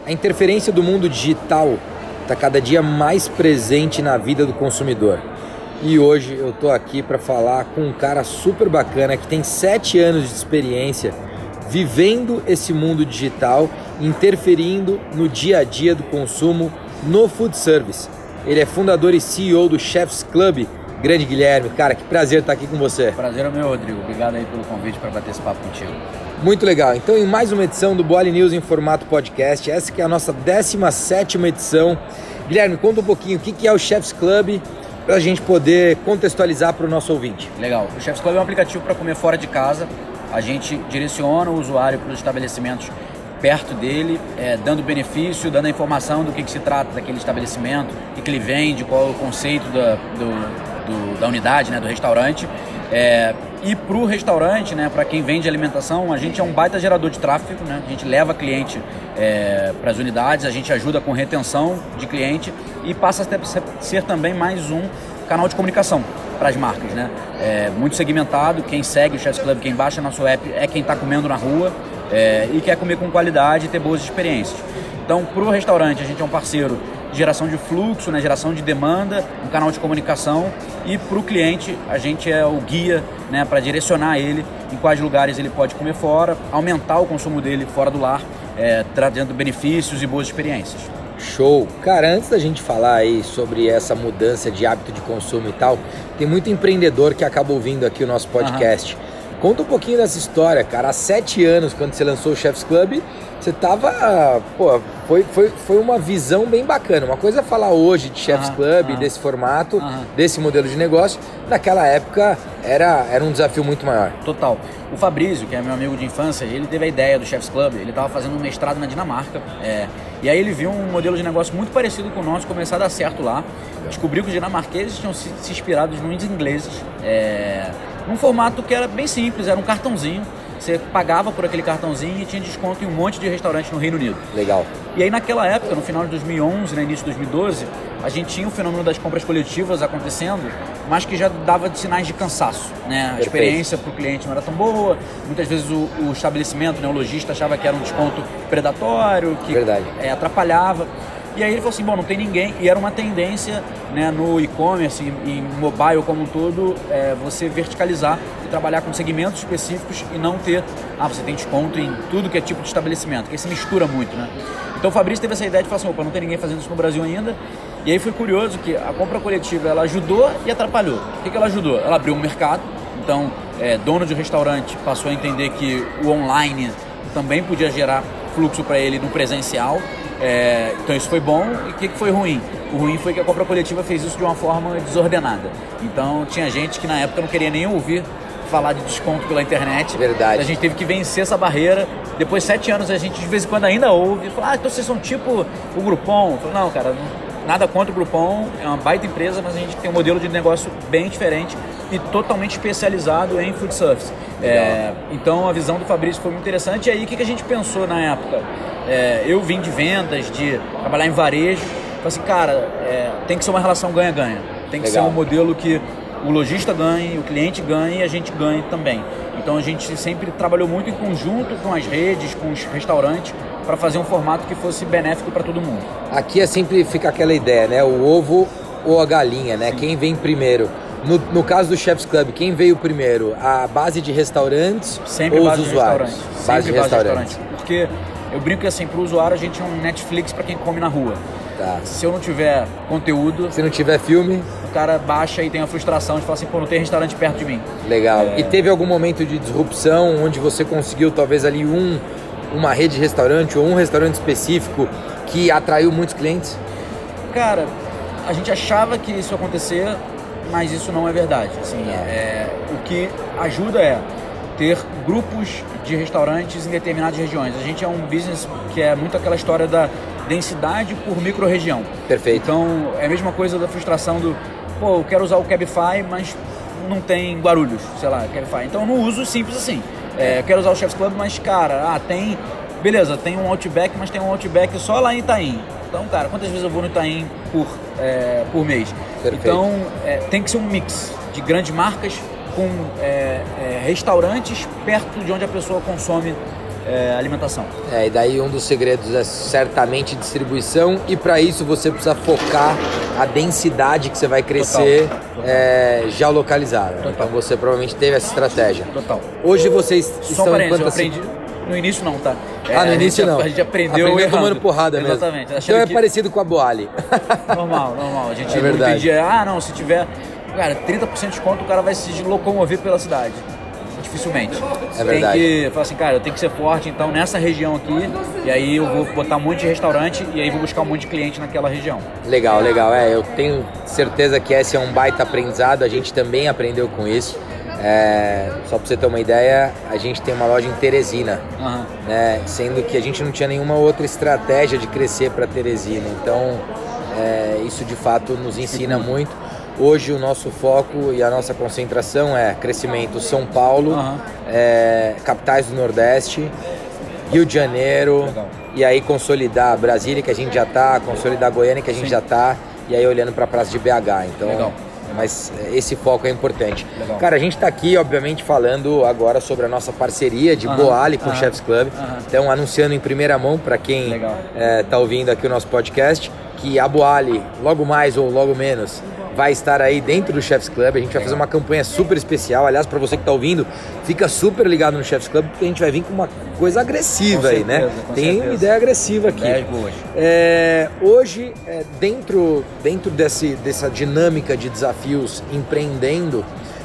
A interferência do mundo digital está cada dia mais presente na vida do consumidor. E hoje eu estou aqui para falar com um cara super bacana que tem 7 anos de experiência vivendo esse mundo digital, interferindo no dia a dia do consumo no food service. Ele é fundador e CEO do Chefs Club. Grande Guilherme, cara, que prazer estar aqui com você. Prazer é meu, Rodrigo. Obrigado aí pelo convite para bater esse papo contigo. Muito legal. Então, em mais uma edição do Boali News em formato podcast, essa que é a nossa 17ª edição. Guilherme, conta um pouquinho o que é o Chefs Club para a gente poder contextualizar para o nosso ouvinte. Legal. O Chefs Club é um aplicativo para comer fora de casa. A gente direciona o usuário para os estabelecimentos perto dele, dando benefício, dando a informação do que se trata daquele estabelecimento, o que ele vende, qual é o conceito da unidade, né, do restaurante. E para o restaurante, né, para quem vende alimentação, a gente é um baita gerador de tráfego, né? A gente leva cliente para as unidades, a gente ajuda com retenção de cliente e passa a ser também mais um canal de comunicação para as marcas, né? Muito segmentado, quem segue o Chefs Club, quem baixa nosso app é quem está comendo na rua e quer comer com qualidade e ter boas experiências. Então, para o restaurante, a gente é um parceiro de geração de fluxo, né, geração de demanda, um canal de comunicação, e para o cliente a gente é o guia, né, para direcionar ele em quais lugares ele pode comer fora, aumentar o consumo dele fora do lar, trazendo benefícios e boas experiências. Show! Cara, antes da gente falar aí sobre essa mudança de hábito de consumo e tal, tem muito empreendedor que acaba ouvindo aqui o nosso podcast. Conta um pouquinho dessa história, cara. Há 7 anos, quando você lançou o Chefs Club, você tava... Foi uma visão bem bacana. Uma coisa é falar hoje de Chefs Club, desse formato, desse modelo de negócio. Naquela época era um desafio muito maior. Total. O Fabrício, que é meu amigo de infância, ele teve a ideia do Chefs Club. Ele estava fazendo um mestrado na Dinamarca. E aí ele viu um modelo de negócio muito parecido com o nosso começar a dar certo lá. Descobriu que os dinamarqueses tinham se inspirado nos ingleses. Num formato que era bem simples, era um cartãozinho. Você pagava por aquele cartãozinho e tinha desconto em um monte de restaurantes no Reino Unido. Legal. E aí naquela época, no final de 2011, no início de 2012, a gente tinha o fenômeno das compras coletivas acontecendo, mas que já dava sinais de cansaço, né? A experiência para o cliente não era tão boa, muitas vezes o estabelecimento, né, o lojista achava que era um desconto predatório, que atrapalhava. E aí ele falou assim, bom, não tem ninguém, e era uma tendência, né, no e-commerce e mobile como um todo, você verticalizar e trabalhar com segmentos específicos e não ter, você tem desconto em tudo que é tipo de estabelecimento, que aí se mistura muito, né? Então o Fabrício teve essa ideia de falar assim, opa, não tem ninguém fazendo isso no Brasil ainda, e aí foi curioso que a compra coletiva, ela ajudou e atrapalhou. O que ela ajudou? Ela abriu um mercado, então dono de restaurante passou a entender que o online também podia gerar fluxo para ele no presencial. Então isso foi bom. E o que foi ruim? O ruim foi que a compra coletiva fez isso de uma forma desordenada. Então tinha gente que na época não queria nem ouvir falar de desconto pela internet. Verdade. A gente teve que vencer essa barreira. Depois de 7 anos a gente de vez em quando ainda ouve. Fala, então vocês são tipo o Groupon. Eu falo, não, cara, nada contra o Groupon. É uma baita empresa, mas a gente tem um modelo de negócio bem diferente e totalmente especializado em food service. Então a visão do Fabrício foi muito interessante. E aí o que a gente pensou na época? Eu vim de vendas, de trabalhar em varejo. Falei assim, cara, tem que ser uma relação ganha-ganha. Tem que ser um modelo que o lojista ganhe, o cliente ganhe e a gente ganhe também. Então a gente sempre trabalhou muito em conjunto com as redes, com os restaurantes, para fazer um formato que fosse benéfico para todo mundo. Aqui sempre fica aquela ideia, né? O ovo ou a galinha, né? Sim. Quem vem primeiro? No caso do Chefs Club, quem veio primeiro? A base de restaurantes ou os usuários? Base de restaurantes. Porque eu brinco que assim, para o usuário a gente é um Netflix para quem come na rua. Tá. Se eu não tiver conteúdo... Se não tiver filme... O cara baixa e tem a frustração de falar assim, pô, não tem restaurante perto de mim. Legal. E teve algum momento de disrupção onde você conseguiu talvez ali uma rede de restaurante ou um restaurante específico que atraiu muitos clientes? Cara, a gente achava que isso ia acontecer, mas isso não é verdade. Assim, o que ajuda é ter grupos de restaurantes em determinadas regiões. A gente é um business que é muito aquela história da densidade por micro-região. Perfeito. Então, é a mesma coisa da frustração do, pô, eu quero usar o Cabify, mas não tem Guarulhos, sei lá, Cabify. Então, eu não uso simples assim. Eu quero usar o Chefs Club, mas, cara, tem... Beleza, tem um Outback, mas tem um Outback só lá em Itaim. Então, cara, quantas vezes eu vou no Itaim por mês? Perfeito. Então, tem que ser um mix de grandes marcas com restaurantes perto de onde a pessoa consome alimentação. E daí um dos segredos é certamente distribuição, e para isso você precisa focar a densidade que você vai crescer já localizada. Então você provavelmente teve essa estratégia. Total. Hoje vocês estão em quantas... Eu aprendi... No início não, tá? No início não. A gente aprendeu tomando porrada mesmo. Exatamente. Então parecido com a Boali. Normal. A gente não entendia, se tiver... Cara, 30% de desconto, o cara vai se locomover pela cidade. Dificilmente. Verdade. Tem que falar assim, cara, eu tenho que ser forte, então, nessa região aqui, e aí eu vou botar um monte de restaurante e aí vou buscar um monte de cliente naquela região. Legal. Eu tenho certeza que esse é um baita aprendizado, a gente também aprendeu com isso. Só pra você ter uma ideia, a gente tem uma loja em Teresina, né? Sendo que a gente não tinha nenhuma outra estratégia de crescer para Teresina. Então, isso de fato nos ensina muito. Hoje o nosso foco e a nossa concentração é crescimento São Paulo, capitais do Nordeste, Rio de Janeiro, e aí consolidar Brasília, que a gente já está, consolidar Goiânia, que a gente já está, e aí olhando para a praça de BH. Então, mas esse foco é importante. Cara, a gente está aqui, obviamente, falando agora sobre a nossa parceria de Boali com o Chef's Club. Então, anunciando em primeira mão para quem está ouvindo aqui o nosso podcast, que a Boali, logo mais ou logo menos, vai estar aí dentro do Chef's Club. A gente vai fazer uma campanha super especial. Aliás, para você que está ouvindo, fica super ligado no Chef's Club, porque a gente vai vir com uma coisa agressiva aí, né? Tem uma ideia agressiva aqui. Hoje, dentro dessa dinâmica de desafios empreendendo,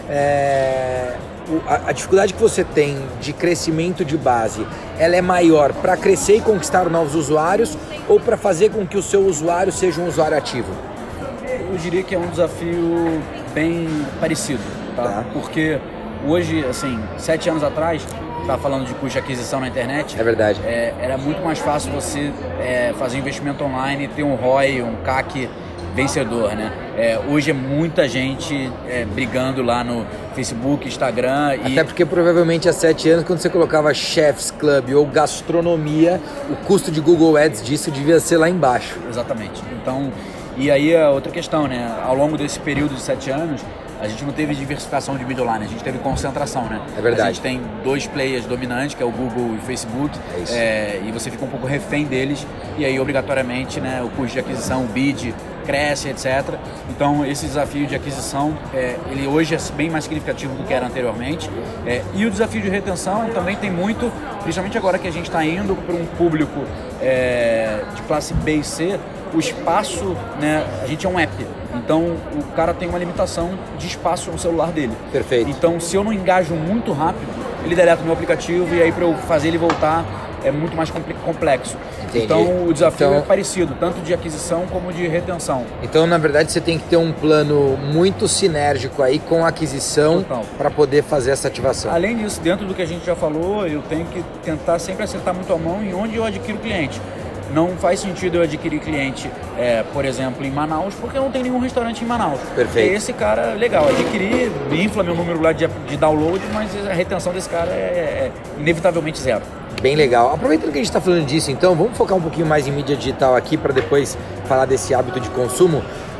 a dificuldade que você tem de crescimento de base, ela é maior para crescer e conquistar novos usuários ou para fazer com que o seu usuário seja um usuário ativo? Eu diria que é um desafio bem parecido, tá? Porque hoje, 7 anos atrás, estava falando de custo de aquisição na internet. É verdade. Era muito mais fácil você fazer investimento online e ter um ROI, um CAC vencedor, né? Hoje é muita gente brigando lá no Facebook, Instagram. Até porque provavelmente há 7 anos, quando você colocava Chef's Club ou gastronomia, o custo de Google Ads disso devia ser lá embaixo. Exatamente. Então, e aí a outra questão, né? Ao longo desse período de 7 anos, a gente não teve diversificação de middle line, a gente teve concentração, né? É verdade. A gente tem 2 players dominantes, que é o Google e o Facebook, e você fica um pouco refém deles, e aí obrigatoriamente, né, o custo de aquisição, o bid, cresce, etc. Então esse desafio de aquisição, ele hoje é bem mais significativo do que era anteriormente, e o desafio de retenção também tem muito, principalmente agora que a gente está indo para um público de classe B e C, o espaço, né, a gente é um app, então o cara tem uma limitação de espaço no celular dele. Perfeito. Então se eu não engajo muito rápido, ele deleta o meu aplicativo e aí para eu fazer ele voltar é muito mais complexo. Entendi. Então o desafio é parecido, tanto de aquisição como de retenção. Então na verdade você tem que ter um plano muito sinérgico aí com a aquisição para poder fazer essa ativação. Além disso, dentro do que a gente já falou, eu tenho que tentar sempre acertar muito a mão em onde eu adquiro cliente. Não faz sentido eu adquirir cliente, por exemplo, em Manaus, porque eu não tenho nenhum restaurante em Manaus. Perfeito. E esse cara, legal, adquirir, infla meu número lá de download, mas a retenção desse cara é inevitavelmente zero. Bem legal. Aproveitando que a gente está falando disso, então, vamos focar um pouquinho mais em mídia digital aqui para depois falar desse hábito de consumo.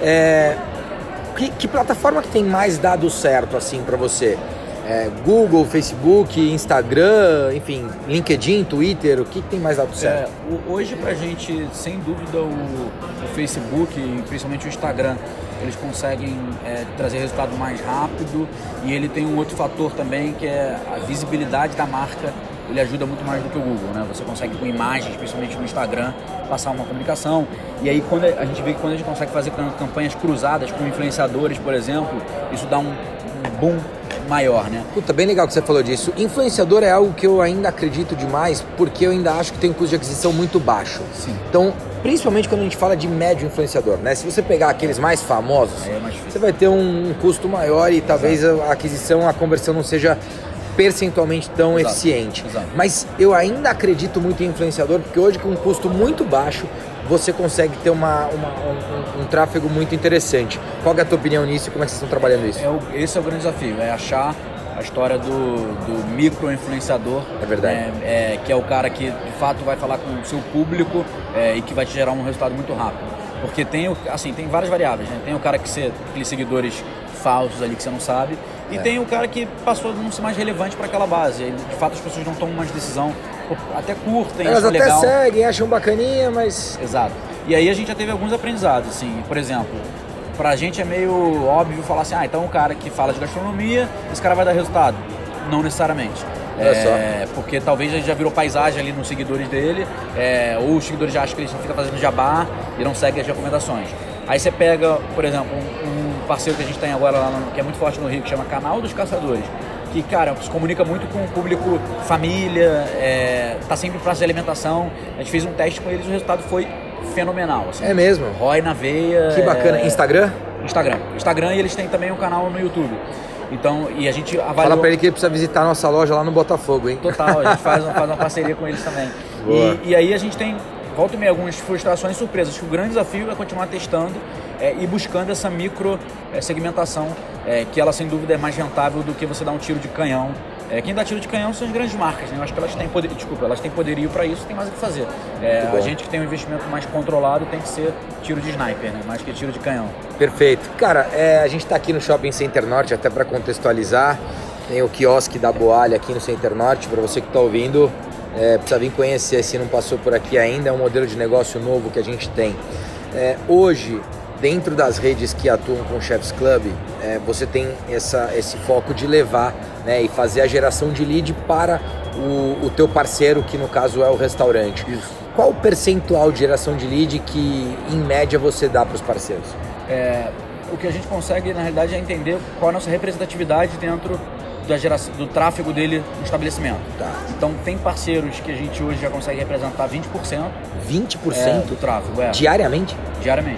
Que plataforma que tem mais dado certo assim para você? Google, Facebook, Instagram, enfim, LinkedIn, Twitter, o que tem mais dado certo? Hoje pra gente, sem dúvida, o Facebook e principalmente o Instagram, eles conseguem trazer resultado mais rápido, e ele tem um outro fator também, que é a visibilidade da marca. Ele ajuda muito mais do que o Google, né? Você consegue com imagens, principalmente no Instagram, passar uma comunicação. E aí quando a gente vê que quando a gente consegue fazer campanhas cruzadas com influenciadores, por exemplo, isso dá um boom maior, né? Puta, bem legal que você falou disso. Influenciador é algo que eu ainda acredito demais, porque eu ainda acho que tem um custo de aquisição muito baixo. Sim. Então, principalmente quando a gente fala de médio influenciador, né? Se você pegar aqueles mais famosos, você vai ter um custo maior e talvez a aquisição, a conversão não seja percentualmente tão eficiente. Mas eu ainda acredito muito em influenciador, porque hoje com um custo muito baixo você consegue ter um tráfego muito interessante. Qual é a tua opinião nisso e como é que vocês estão trabalhando isso? Esse é o grande desafio, é achar a história do micro-influenciador. É verdade. Que é o cara que de fato vai falar com o seu público e que vai te gerar um resultado muito rápido. Porque tem várias variáveis, né? Tem o cara que aqueles seguidores falsos ali que você não sabe, e tem o cara que passou a não ser mais relevante para aquela base. De fato as pessoas não tomam mais decisão até curtem, elas acham até legal. seguem, acham bacaninha, mas... Exato. E aí a gente já teve alguns aprendizados, assim, por exemplo, pra gente é meio óbvio falar assim, então o cara que fala de gastronomia, esse cara vai dar resultado. Não necessariamente. Porque talvez já virou paisagem ali nos seguidores dele, ou os seguidores já acham que ele só fica fazendo jabá e não segue as recomendações. Aí você pega, por exemplo, um parceiro que a gente tem agora lá, que é muito forte no Rio, que chama Canal dos Caçadores, que, cara, se comunica muito com o público família, tá sempre em praça de alimentação. A gente fez um teste com eles e o resultado foi fenomenal. Assim. É mesmo? ROI na veia. Que bacana. Instagram? Instagram, e eles têm também um canal no YouTube. Então, e a gente avaliou... Fala pra ele que ele precisa visitar a nossa loja lá no Botafogo, hein? Total, a gente faz uma parceria com eles também. E aí a gente tem, volta e meia, algumas frustrações e surpresas, que o grande desafio é continuar testando e buscando essa micro segmentação, que ela sem dúvida é mais rentável do que você dar um tiro de canhão. Quem dá tiro de canhão são as grandes marcas, né? Eu acho que elas têm poderio para isso, tem mais o que fazer. A gente que tem um investimento mais controlado tem que ser tiro de sniper, né? Mais que tiro de canhão. Perfeito. Cara, a gente está aqui no Shopping Center Norte, até para contextualizar, tem o quiosque da Boalha aqui no Center Norte, para você que está ouvindo, precisa vir conhecer se não passou por aqui ainda, é um modelo de negócio novo que a gente tem. Hoje, dentro das redes que atuam com o Chef's Club, você tem esse foco de levar, né, e fazer a geração de lead para o teu parceiro, que no caso é o restaurante. Isso. Qual o percentual de geração de lead que, em média, você dá para os parceiros? O que a gente consegue, na realidade, é entender qual é a nossa representatividade dentro da geração, do tráfego dele no estabelecimento. Tá. Então, tem parceiros que a gente hoje já consegue representar 20%. 20%? Do tráfego, Diariamente? Diariamente.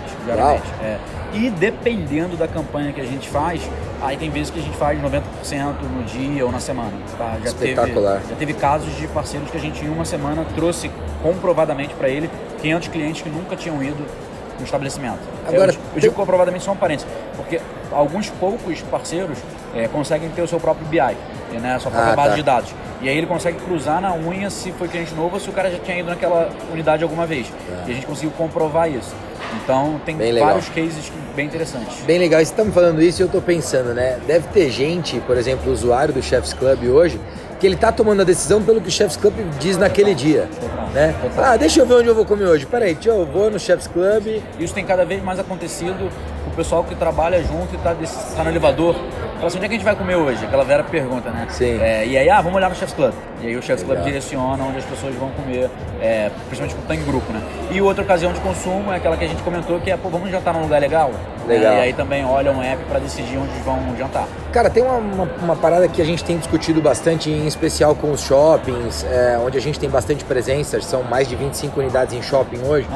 E dependendo da campanha que a gente faz, aí tem vezes que a gente faz 90% no dia ou na semana. Tá? Espetacular. Já teve casos de parceiros que a gente em uma semana trouxe comprovadamente para ele 500 clientes que nunca tinham ido no estabelecimento. Agora, eu digo comprovadamente só um parênteses, porque alguns poucos parceiros conseguem ter o seu próprio BI, né, a sua própria base de dados. E aí ele consegue cruzar na unha se foi cliente novo ou se o cara já tinha ido naquela unidade alguma vez. E a gente conseguiu comprovar isso. Então tem vários cases bem interessantes. Bem legal. E você está me falando isso e eu estou pensando, né? Deve ter gente, por exemplo, usuário do Chef's Club hoje, que ele tá tomando a decisão pelo que o Chef's Club diz naquele dia, né? Deixa eu ver onde eu vou comer hoje. Peraí, eu vou no Chef's Club. Isso tem cada vez mais acontecido. O pessoal que trabalha junto e tá no elevador fala assim, onde é que a gente vai comer hoje? Aquela velha pergunta, né? Sim. E aí, vamos olhar no Chef's Club. E aí o Chef's Club direciona onde as pessoas vão comer, principalmente quando tá em grupo, né? E outra ocasião de consumo é aquela que a gente comentou, que vamos jantar num lugar legal? Legal. E aí também olha um app para decidir onde vão jantar. Cara, tem uma parada que a gente tem discutido bastante, em especial com os shoppings, onde a gente tem bastante presença, são mais de 25 unidades em shopping hoje,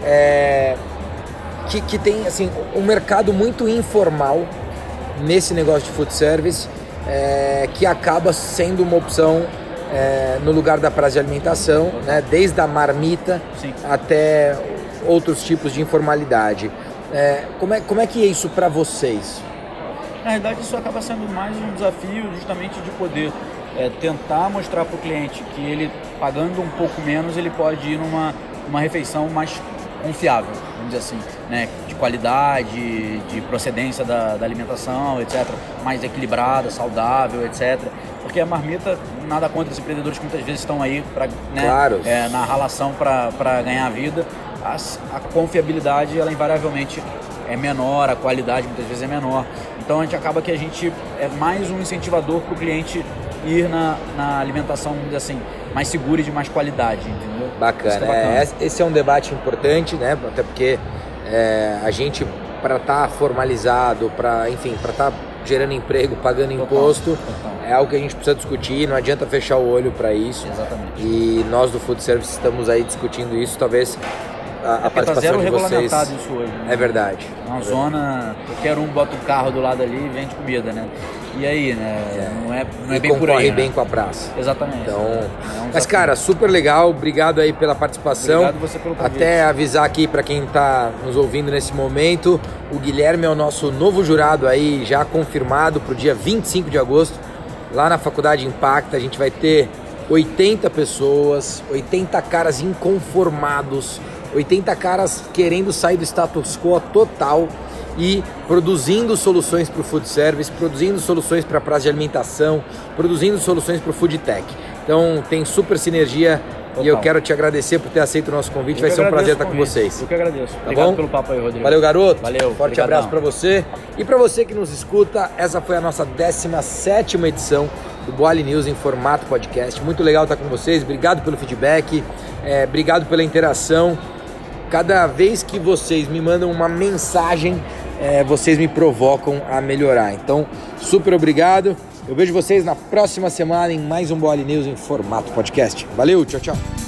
que tem assim, um mercado muito informal nesse negócio de food service, que acaba sendo uma opção no lugar da praça de alimentação, né, desde a marmita até outros tipos de informalidade. Como é que é isso para vocês? Na verdade, isso acaba sendo mais um desafio justamente de poder tentar mostrar para o cliente que ele, pagando um pouco menos, ele pode ir numa refeição mais confiável, vamos dizer assim, né? De qualidade, de procedência da alimentação, etc. Mais equilibrada, saudável, etc. Porque a marmita, nada contra os empreendedores que muitas vezes estão aí Claro. na ralação para ganhar a vida. A confiabilidade, ela invariavelmente é menor, a qualidade muitas vezes é menor. Então a gente acaba que a gente é mais um incentivador para o cliente ir na alimentação, vamos dizer assim, mais segura e de mais qualidade, entendeu? Bacana. Esse é um debate importante, né? Até porque a gente, para estar formalizado, para estar gerando emprego, pagando imposto, é algo que a gente precisa discutir, não adianta fechar o olho para isso. Exatamente. E nós do Food Service estamos aí discutindo isso, talvez a participação de vocês... regulamentado isso hoje, né? É verdade. Uma zona, qualquer um bota um carro do lado ali e vende comida, né? E aí, né? Não é bem por aí, concorre né? bem com a praça. Exatamente. Então, mas cara, super legal, obrigado aí pela participação. Obrigado você pelo convite. Até avisar aqui para quem está nos ouvindo nesse momento, o Guilherme é o nosso novo jurado aí, já confirmado para o dia 25 de agosto, lá na Faculdade Impacta. A gente vai ter 80 pessoas, 80 caras inconformados, 80 caras querendo sair do status quo total e produzindo soluções para o food service, produzindo soluções para a praça de alimentação, produzindo soluções para o food tech. Então tem super sinergia. Total. E eu quero te agradecer por ter aceito o nosso convite. Vai ser um prazer estar com vocês. Eu que agradeço. Tá Obrigado bom? pelo papo aí, Rodrigo. Valeu, garoto. Valeu. Forte abraço para você. E para você que nos escuta, essa foi a nossa 17ª edição do Boali News em formato podcast. Muito legal estar com vocês. Obrigado pelo feedback. Obrigado pela interação. Cada vez que vocês me mandam uma mensagem, vocês me provocam a melhorar. Então, super obrigado. Eu vejo vocês na próxima semana em mais um Boali News em formato podcast. Valeu, tchau, tchau.